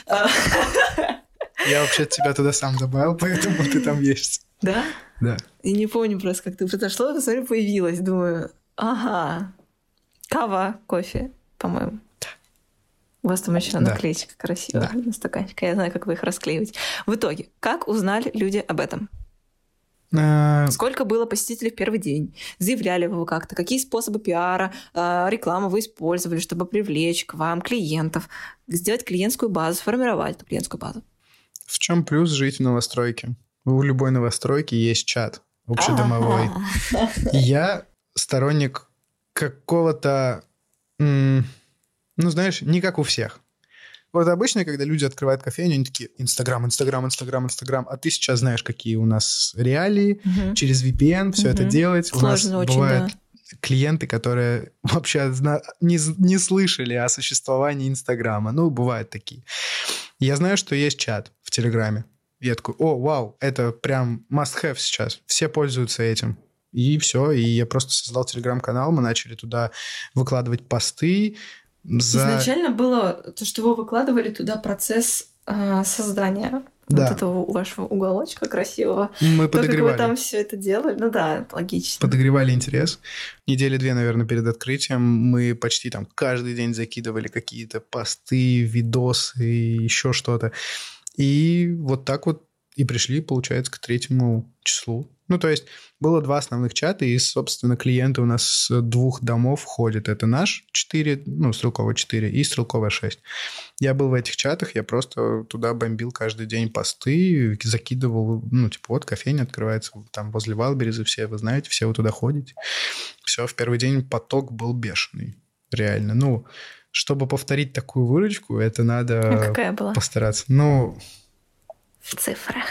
Я вообще тебя туда сам добавил, поэтому ты там есть. Да? Да. И не помню просто, как ты произошло, посмотри, появилась. Думаю, ага, кава, кофе, по-моему. У вас там еще да. наклеечка красивая да. на стаканчике. Я знаю, как вы их расклеиваете. В итоге, как узнали люди об этом? А... Сколько было посетителей в первый день? Заявляли вы как-то? Какие способы пиара, рекламы вы использовали, чтобы привлечь к вам клиентов, сделать клиентскую базу, сформировать эту клиентскую базу? В чем плюс жить в новостройке? У любой новостройки есть чат общедомовой. Я сторонник какого-то... Ну, знаешь, не как у всех. Вот обычно, когда люди открывают кофейню, они такие, Инстаграм, Инстаграм, Инстаграм, Инстаграм. А ты сейчас знаешь, какие у нас реалии, угу. через ви пи эн все угу. это делать. Сложно у нас очень, бывают да. клиенты, которые вообще не, не слышали о существовании Инстаграма. Ну, бывают такие. Я знаю, что есть чат в Телеграме. Я такой, о, вау, это прям must-have сейчас. Все пользуются этим. И все. И я просто создал Телеграм-канал, мы начали туда выкладывать посты. За... Изначально было то, что вы выкладывали туда процесс э, создания да. вот этого вашего уголочка красивого. Мы то, подогревали. Как вы там все это делали. Ну да, логично. Подогревали интерес. Недели две, наверное, перед открытием мы почти там каждый день закидывали какие-то посты, видосы, еще что-то. И вот так вот и пришли, получается, к третьему числу. Ну, то есть было два основных чата, и, собственно, клиенты у нас с двух домов ходят. Это наш четыре, ну, Стрелково четыре и Стрелково шесть. Я был в этих чатах, я просто туда бомбил каждый день посты, закидывал, ну, типа, вот кофейня открывается там возле Валбереза, все вы знаете, все вы туда ходите. Все, в первый день поток был бешеный, реально. Ну, чтобы повторить такую выручку, это надо а какая была? Постараться. Ну... В цифрах.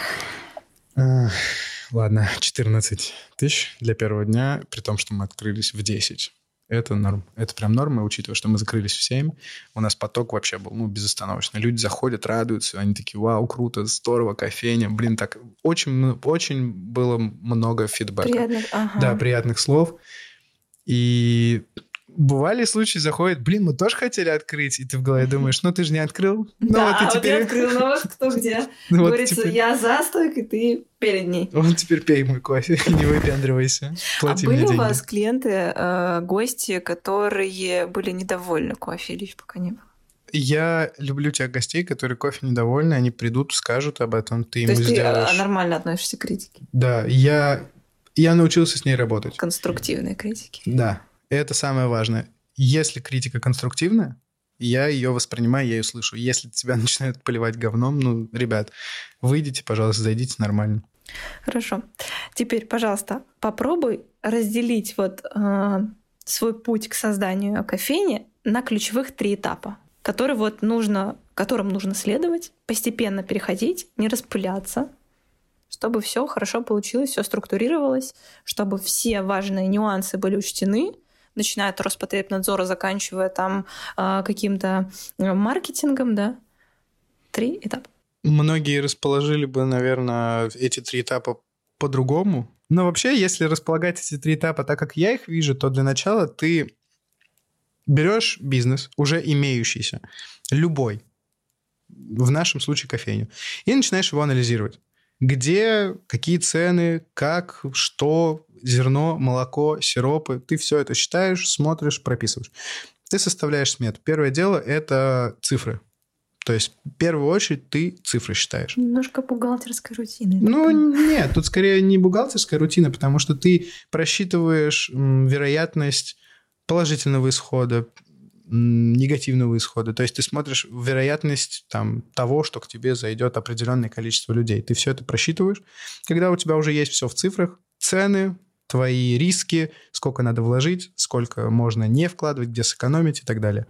Ладно, четырнадцать тысяч для первого дня, при том, что мы открылись в десять. Это норм. Это прям норма, учитывая, что мы закрылись в семь. У нас поток вообще был, ну, безостановочный. Люди заходят, радуются, они такие, вау, круто, здорово, кофейня. Блин, так очень, очень было много фидбэка. Приятных, ага. Да, приятных слов. И Бывали случаи, заходит, блин, мы тоже хотели открыть, и ты в голове думаешь, ну ты же не открыл. Ну, да, вот а теперь... вот я открыл, ну вот кто где. Ну, вот Говорится, теперь... я за стойкой, ты перед ней. Вот теперь пей мой кофе, не выпендривайся, плати а мне деньги. А были у деньги. вас клиенты, э, гости, которые были недовольны кофе или еще пока не было? Я люблю тех гостей, которые кофе недовольны, они придут, скажут об этом, ты То ему есть ты сделаешь... нормально относишься к критике? Да, я... я научился с ней работать. Конструктивной критики. Да, это самое важное. Если критика конструктивная, я ее воспринимаю, я ее слышу. Если тебя начинают поливать говном, ну, ребят, выйдите, пожалуйста, зайдите нормально. Хорошо. Теперь, пожалуйста, попробуй разделить вот э, свой путь к созданию кофейни на ключевых три этапа, которые вот нужно, которым нужно следовать, постепенно переходить, не распыляться, чтобы все хорошо получилось, все структурировалось, чтобы все важные нюансы были учтены, начиная от Роспотребнадзора, заканчивая там э, каким-то маркетингом, да. Три этапа. Многие расположили бы, наверное, эти три этапа по-другому. Но вообще, если располагать эти три этапа так, как я их вижу, то для начала ты берешь бизнес, уже имеющийся, любой, в нашем случае кофейню, и начинаешь его анализировать. Где, какие цены, как, что, зерно, молоко, сиропы. Ты все это считаешь, смотришь, прописываешь. Ты составляешь смету. Первое дело – это цифры. То есть, в первую очередь, ты цифры считаешь. Немножко бухгалтерской рутины. Ну, нет, тут скорее не бухгалтерская рутина, потому что ты просчитываешь м, вероятность положительного исхода, негативного исхода. То есть ты смотришь вероятность там, того, что к тебе зайдет определенное количество людей. Ты все это просчитываешь. Когда у тебя уже есть все в цифрах, цены, твои риски, сколько надо вложить, сколько можно не вкладывать, где сэкономить и так далее.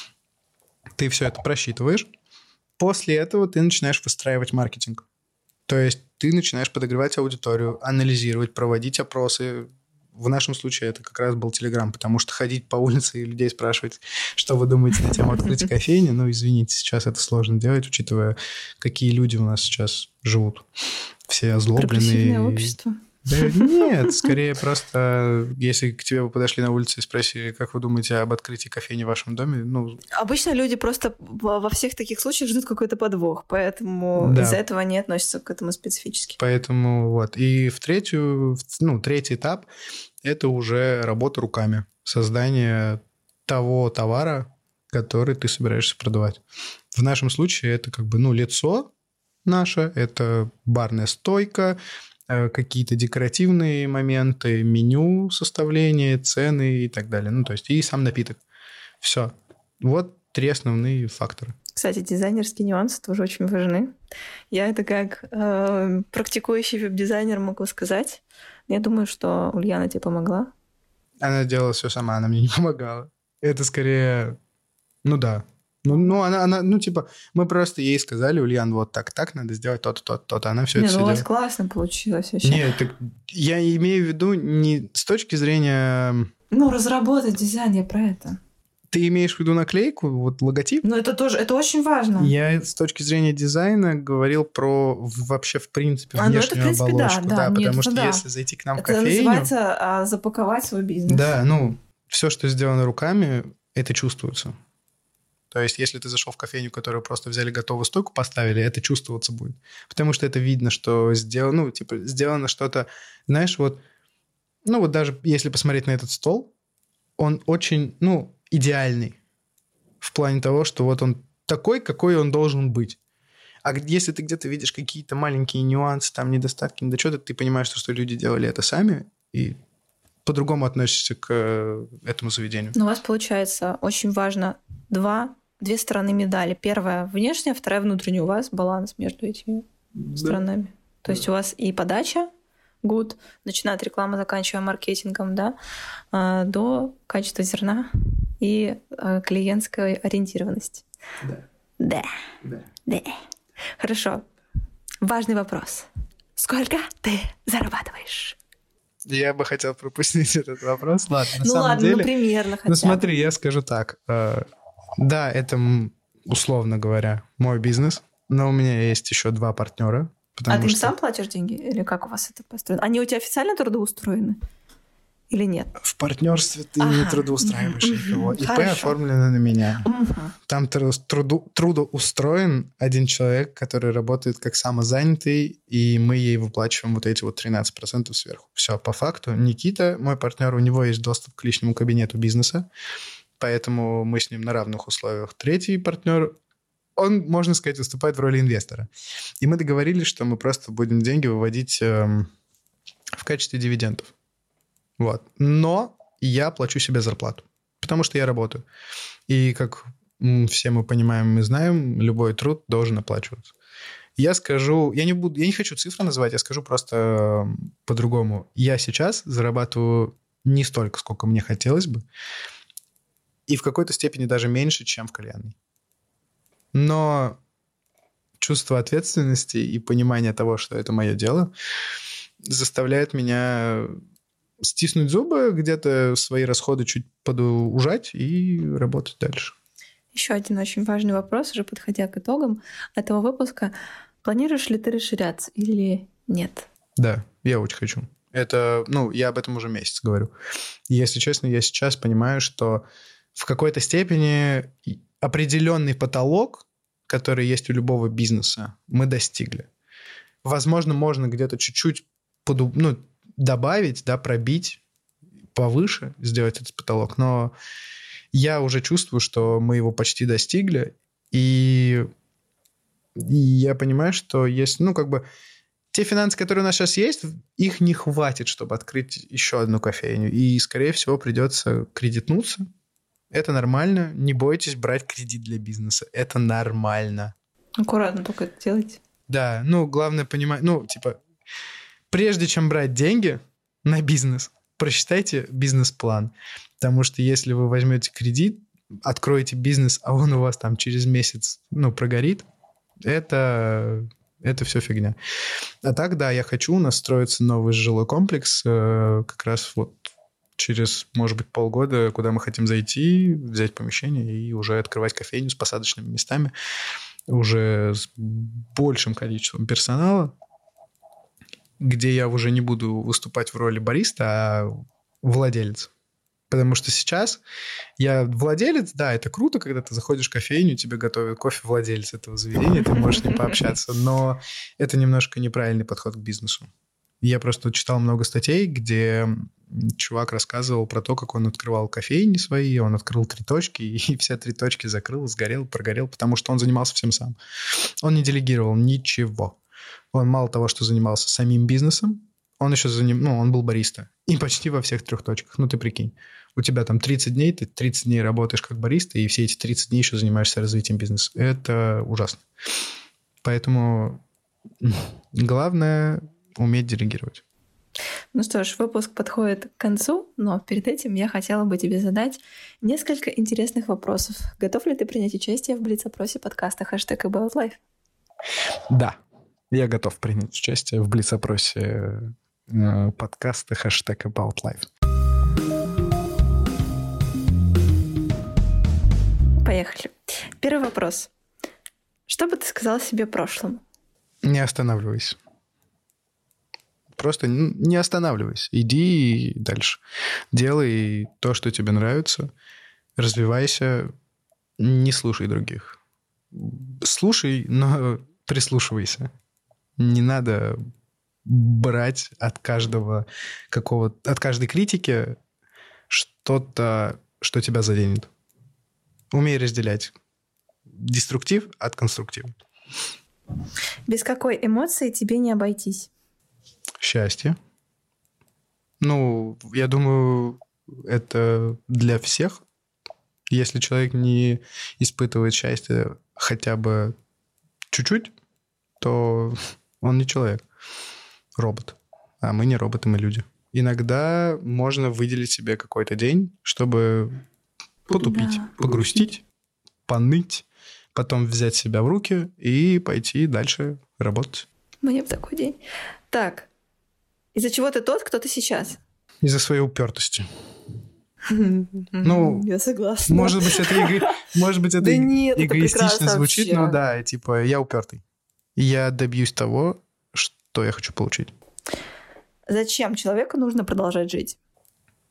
Ты все это просчитываешь. После этого ты начинаешь выстраивать маркетинг. То есть ты начинаешь подогревать аудиторию, анализировать, проводить опросы. В нашем случае это как раз был Телеграм, потому что ходить по улице и людей спрашивать, что вы думаете на тему открытия кофейни, ну, извините, сейчас это сложно делать, учитывая, какие люди у нас сейчас живут. Все озлобленные. Прогрессивное общество. Да нет, скорее просто, если к тебе вы подошли на улице и спросили, как вы думаете об открытии кофейни в вашем доме, ну... Обычно люди просто во всех таких случаях ждут какой-то подвох, поэтому да. из-за этого они относятся к этому специфически. Поэтому вот. И в третью, ну, третий этап – это уже работа руками, создание того товара, который ты собираешься продавать. В нашем случае это как бы, ну, лицо наше, это барная стойка, какие-то декоративные моменты, меню составления, цены и так далее. Ну, то есть и сам напиток. Все. Вот три основные факторы. Кстати, дизайнерские нюансы тоже очень важны. Я это как э, практикующий веб-дизайнер могу сказать. Я думаю, что Ульяна тебе помогла. Она делала все сама, она мне не помогала. Это скорее... Ну да. Ну, ну, она, она, ну, типа, мы просто ей сказали, Ульян, вот так, так надо сделать то-то, то-то, то-то. Она все не, это ну все у вас делает. классно получилось вообще. Нет, так я имею в виду не с точки зрения... Ну, разработать дизайн, я про это. Ты имеешь в виду наклейку, вот логотип? Ну, это тоже, это очень важно. Я с точки зрения дизайна говорил про вообще, в принципе, внешнюю а, ну это, в принципе, оболочку. Да, да, да, потому нет, что да. если зайти к нам это в кофейню... Это называется а, запаковать свой бизнес. Да, ну, все, что сделано руками, это чувствуется. То есть, если ты зашел в кофейню, которую просто взяли готовую стойку, поставили, это чувствоваться будет. Потому что это видно, что сделано, ну, типа, сделано что-то, знаешь, вот, ну, вот даже если посмотреть на этот стол, он очень, ну, идеальный в плане того, что вот он такой, какой он должен быть. А если ты где-то видишь какие-то маленькие нюансы, там, недостатки, недочеты, ты понимаешь, что, что люди делали это сами, и по-другому относишься к этому заведению. Но у вас, получается, очень важно два Две стороны медали. Первая внешняя, вторая внутренняя. У вас баланс между этими да. сторонами. То да. есть у вас и подача good, начиная от рекламы, заканчивая маркетингом, да, до качества зерна и клиентской ориентированности. Да. Да. Да. Да. Хорошо. Важный вопрос. Сколько ты зарабатываешь? Я бы хотел пропустить этот вопрос. Ладно, на ну самом ладно, деле... ну примерно хотя бы. Ну смотри, я скажу так. Да, это, условно говоря, мой бизнес, но у меня есть еще два партнера. А ты им что... сам платишь деньги? Или как у вас это построено? Они у тебя официально трудоустроены? или нет? В партнерстве ты ага. не трудоустраиваешь mm-hmm. никого. ИП Хорошо. оформлено на меня. Mm-hmm. Там труду, трудоустроен один человек, который работает как самозанятый, и мы ей выплачиваем вот эти вот тринадцать процентов сверху. Все, по факту. Никита, мой партнер, у него есть доступ к личному кабинету бизнеса, поэтому мы с ним на равных условиях. Третий партнер, он, можно сказать, выступает в роли инвестора. И мы договорились, что мы просто будем деньги выводить эм, в качестве дивидендов. Вот. Но я плачу себе зарплату, потому что я работаю. И как все мы понимаем и знаем, любой труд должен оплачиваться. Я скажу, я не буду, я не хочу цифры называть, я скажу просто по-другому. Я сейчас зарабатываю не столько, сколько мне хотелось бы, и в какой-то степени даже меньше, чем в кальянной. Но чувство ответственности и понимание того, что это мое дело, заставляет меня стиснуть зубы, где-то свои расходы чуть подужать и работать дальше. Еще один очень важный вопрос, уже подходя к итогам этого выпуска. Планируешь ли ты расширяться или нет? Да, я очень хочу. Это, ну, я об этом уже месяц говорю. И, если честно, я сейчас понимаю, что в какой-то степени определенный потолок, который есть у любого бизнеса, мы достигли. Возможно, можно где-то чуть-чуть поду- ну, добавить, да, пробить повыше, сделать этот потолок, но я уже чувствую, что мы его почти достигли, и, и я понимаю, что если, ну, как бы, те финансы, которые у нас сейчас есть, их не хватит, чтобы открыть еще одну кофейню, и, скорее всего, придется кредитнуться. Это нормально, не бойтесь брать кредит для бизнеса, это нормально. Аккуратно только это делайте. Да, ну, главное понимать, ну, типа, прежде чем брать деньги на бизнес, просчитайте бизнес-план. Потому что если вы возьмете кредит, откроете бизнес, а он у вас там через месяц, ну, прогорит, это, это все фигня. А так, да, я хочу, у нас строится новый жилой комплекс, э, как раз вот через, может быть, полгода, куда мы хотим зайти, взять помещение и уже открывать кофейню с посадочными местами, уже с большим количеством персонала, где я уже не буду выступать в роли бариста, а владелец. Потому что сейчас я владелец, да, это круто, когда ты заходишь в кофейню, тебе готовят кофе владелец этого заведения, ты можешь с ним пообщаться, но это немножко неправильный подход к бизнесу. Я просто читал много статей, где чувак рассказывал про то, как он открывал кофейни свои, он открыл три точки, и все три точки закрыл, сгорел, прогорел, потому что он занимался всем сам. Он не делегировал ничего. Он мало того, что занимался самим бизнесом, он еще заним... ну, он был бариста. И почти во всех трех точках. Ну, ты прикинь. У тебя там тридцать дней, ты тридцать дней работаешь как бариста, и все эти тридцать дней еще занимаешься развитием бизнеса. Это ужасно. Поэтому главное уметь делегировать. Ну что ж, выпуск подходит к концу, но перед этим я хотела бы тебе задать несколько интересных вопросов. Готов ли ты принять участие в блиц-опросе подкаста хэштег About Life? Да, я готов принять участие в блиц-опросе э, подкаста хэштег About Life. Поехали. Первый вопрос. Что бы ты сказал себе прошлому? Не останавливайся. Просто не останавливайся. Иди дальше. Делай то, что тебе нравится. Развивайся. Не слушай других. Слушай, но прислушивайся. Не надо брать от каждого какого от каждой критики что-то, что тебя заденет. Умей разделять деструктив от конструктива. Без какой эмоции тебе не обойтись? Счастье. Ну, я думаю, это для всех. Если человек не испытывает счастье хотя бы чуть-чуть, то он не человек. Робот. А мы не роботы, мы люди. Иногда можно выделить себе какой-то день, чтобы потупить, да. Погрустить, поныть, потом взять себя в руки и пойти дальше работать. Мне в такой день. Так, из-за чего ты тот, кто ты сейчас? Из-за своей упертости. Ну, я согласна. Может быть, это, эго... может быть, это да нет, эгоистично это звучит, вообще. но да, типа, я упертый. Я добьюсь того, что я хочу получить. Зачем человеку нужно продолжать жить?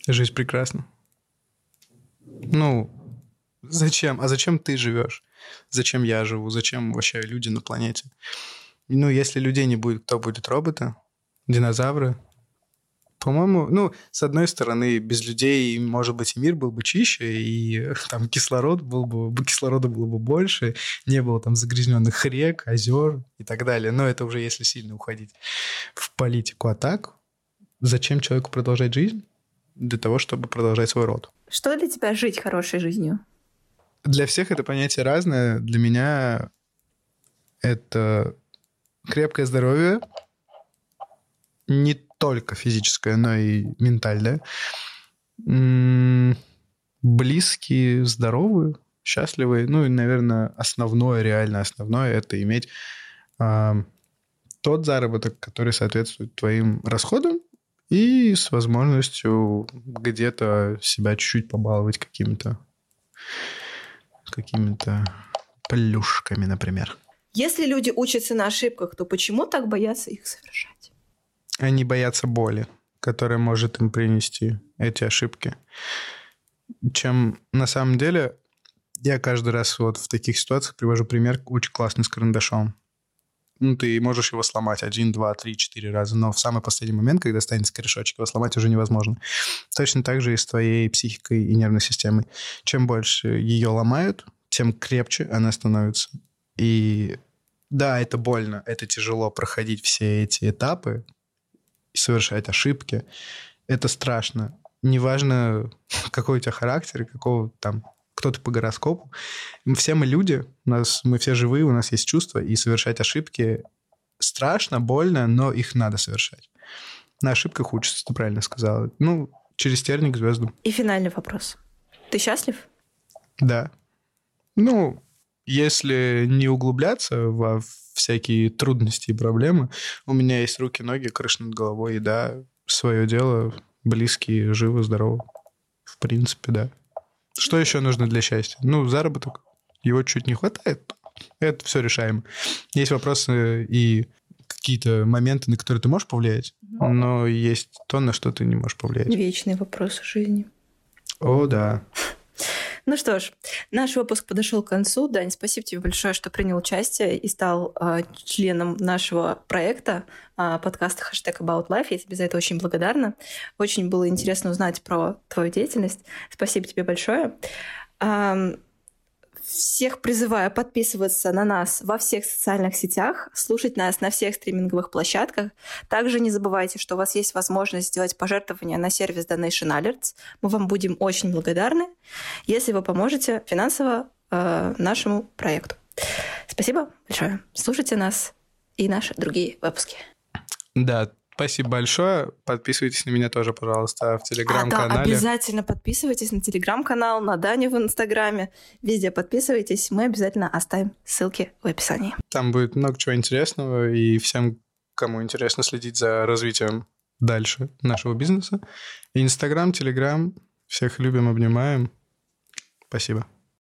Жизнь прекрасна. Ну, зачем? А зачем ты живешь? Зачем я живу? Зачем вообще люди на планете? Ну, если людей не будет, кто будет? Роботы? Динозавры? По-моему, ну, с одной стороны, без людей, может быть, и мир был бы чище, и там кислород был бы, кислорода было бы больше, не было там загрязненных рек, озер и так далее. Но это уже если сильно уходить в политику. А так, зачем человеку продолжать жизнь? Для того, чтобы продолжать свой род. Что для тебя жить хорошей жизнью? Для всех это понятие разное. Для меня это крепкое здоровье, не только физическое, но и ментальное. М-м- близкие, здоровые, счастливые. Ну и, наверное, основное, реально основное, это иметь э, тот заработок, который соответствует твоим расходам, и с возможностью где-то себя чуть-чуть побаловать какими-то какими-то плюшками, например. Если люди учатся на ошибках, то почему так боятся их совершать? Они боятся боли, которая может им принести эти ошибки. Чем на самом деле... Я каждый раз вот в таких ситуациях привожу пример очень классный с карандашом. Ну, ты можешь его сломать один, два, три, четыре раза, но в самый последний момент, когда останется корешочек, его сломать уже невозможно. Точно так же и с твоей психикой и нервной системой. Чем больше ее ломают, тем крепче она становится. И да, это больно, это тяжело проходить все эти этапы, совершать ошибки. Это страшно. Неважно, какой у тебя характер и какого там... кто-то по гороскопу. Все мы люди, у нас, мы все живые, у нас есть чувства, и совершать ошибки страшно, больно, но их надо совершать. На ошибках учатся, ты правильно сказала. Ну, через терник к звездам. И финальный вопрос. Ты счастлив? Да. Ну, если не углубляться во всякие трудности и проблемы, у меня есть руки, ноги, крыша над головой, и да, свое дело, близкие, живы, здоровы. В принципе, да. Что еще нужно для счастья? Ну, заработок. Его чуть не хватает. Это все решаемо. Есть вопросы и какие-то моменты, на которые ты можешь повлиять, но есть то, на что ты не можешь повлиять. Вечный вопрос жизни. О, да. Ну что ж, наш выпуск подошел к концу. Дань, спасибо тебе большое, что принял участие и стал э, членом нашего проекта э, подкаста хэштег About Life. Я тебе за это очень благодарна. Очень было интересно узнать про твою деятельность. Спасибо тебе большое. Э, всех призываю подписываться на нас во всех социальных сетях, слушать нас на всех стриминговых площадках. Также не забывайте, что у вас есть возможность сделать пожертвования на сервис Donation Alerts. Мы вам будем очень благодарны, если вы поможете финансово э, нашему проекту. Спасибо большое. Слушайте нас и наши другие выпуски. Да, спасибо большое. Подписывайтесь на меня тоже, пожалуйста, в Телеграм-канале. А, да, обязательно подписывайтесь на Телеграм-канал, на Даню в Инстаграме. Везде подписывайтесь. Мы обязательно оставим ссылки в описании. Там будет много чего интересного, и всем, кому интересно следить за развитием дальше нашего бизнеса. Инстаграм, Телеграм. Всех любим, обнимаем. Спасибо.